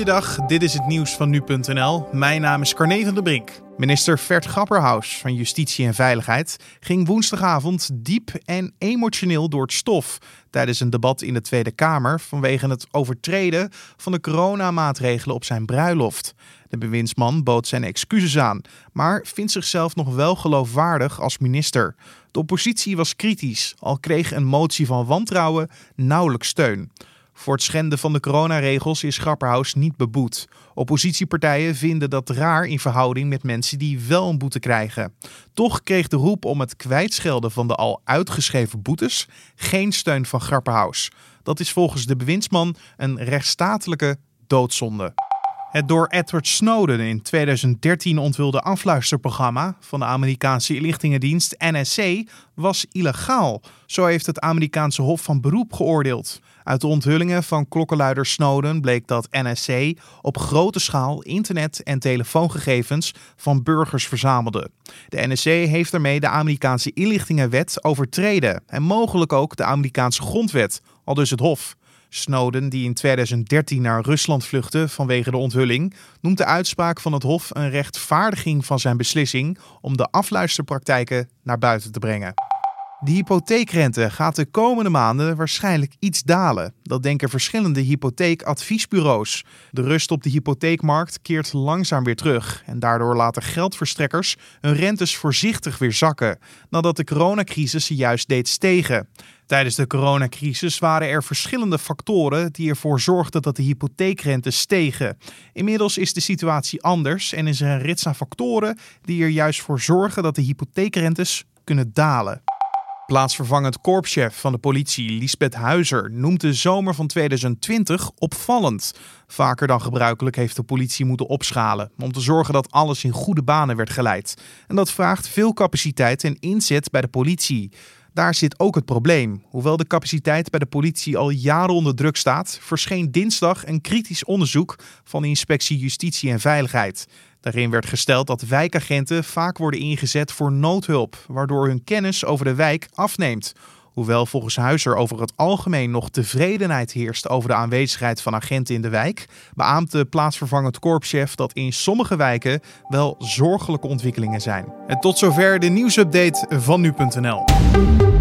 Goeiedag, dit is het nieuws van nu.nl. Mijn naam is Carne van der Brink. Minister Ferd Grapperhaus van Justitie en Veiligheid ging woensdagavond diep en emotioneel door het stof tijdens een debat in de Tweede Kamer vanwege het overtreden van de coronamaatregelen op zijn bruiloft. De bewindsman bood zijn excuses aan, maar vindt zichzelf nog wel geloofwaardig als minister. De oppositie was kritisch, al kreeg een motie van wantrouwen nauwelijks steun. Voor het schenden van de coronaregels is Grapperhaus niet beboet. Oppositiepartijen vinden dat raar in verhouding met mensen die wel een boete krijgen. Toch kreeg de roep om het kwijtschelden van de al uitgeschreven boetes geen steun van Grapperhaus. Dat is volgens de bewindsman een rechtsstatelijke doodzonde. Het door Edward Snowden in 2013 onthulde afluisterprogramma van de Amerikaanse inlichtingendienst NSA was illegaal. Zo heeft het Amerikaanse Hof van Beroep geoordeeld. Uit de onthullingen van klokkenluider Snowden bleek dat NSA op grote schaal internet- en telefoongegevens van burgers verzamelde. De NSA heeft daarmee de Amerikaanse inlichtingenwet overtreden en mogelijk ook de Amerikaanse grondwet, aldus het Hof. Snowden, die in 2013 naar Rusland vluchtte vanwege de onthulling, noemt de uitspraak van het Hof een rechtvaardiging van zijn beslissing om de afluisterpraktijken naar buiten te brengen. De hypotheekrente gaat de komende maanden waarschijnlijk iets dalen. Dat denken verschillende hypotheekadviesbureaus. De rust op de hypotheekmarkt keert langzaam weer terug. En daardoor laten geldverstrekkers hun rentes voorzichtig weer zakken, nadat de coronacrisis ze juist deed stegen. Tijdens de coronacrisis waren er verschillende factoren die ervoor zorgden dat de hypotheekrentes stegen. Inmiddels is de situatie anders en is er een rits aan factoren die er juist voor zorgen dat de hypotheekrentes kunnen dalen. Plaatsvervangend korpschef van de politie, Liesbeth Huizer, noemt de zomer van 2020 opvallend. Vaker dan gebruikelijk heeft de politie moeten opschalen om te zorgen dat alles in goede banen werd geleid. En dat vraagt veel capaciteit en inzet bij de politie. Daar zit ook het probleem. Hoewel de capaciteit bij de politie al jaren onder druk staat, verscheen dinsdag een kritisch onderzoek van de Inspectie Justitie en Veiligheid. Daarin werd gesteld dat wijkagenten vaak worden ingezet voor noodhulp, waardoor hun kennis over de wijk afneemt. Hoewel volgens Huizer over het algemeen nog tevredenheid heerst over de aanwezigheid van agenten in de wijk, beaamt de plaatsvervangend korpschef dat in sommige wijken wel zorgelijke ontwikkelingen zijn. En tot zover de nieuwsupdate van nu.nl.